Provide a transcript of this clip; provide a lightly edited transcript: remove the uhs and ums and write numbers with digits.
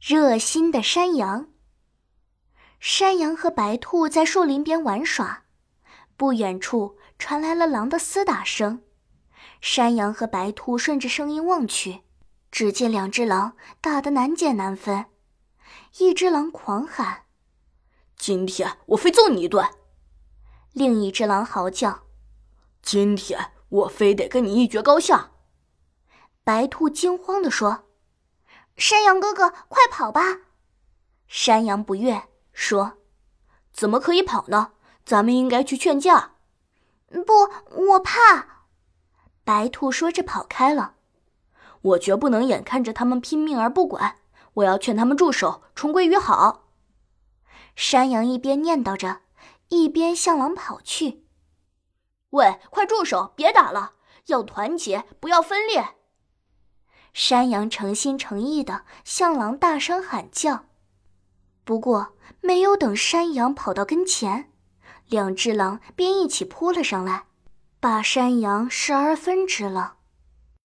热心的山羊。山羊和白兔在树林边玩耍，不远处传来了狼的厮打声。山羊和白兔顺着声音望去，只见两只狼打得难解难分。一只狼狂喊：“ 今天我非揍你一顿！” 另一只狼嚎叫：“ 今天我非得跟你一决高下！” 白兔惊慌地说：“山羊哥哥，快跑吧！”山羊不悦，说：“ 怎么可以跑呢？咱们应该去劝架。”“ 不，我怕。”白兔说着跑开了。 “我绝不能眼看着他们拼命而不管，我要劝他们住手，重归于好。” 山羊一边念叨着，一边向狼跑去。 “喂，快住手，别打了，要团结，不要分裂。” 山羊诚心诚意地向狼大声喊叫。不过没有等山羊跑到跟前，两只狼便一起扑了上来，把山羊12分之了。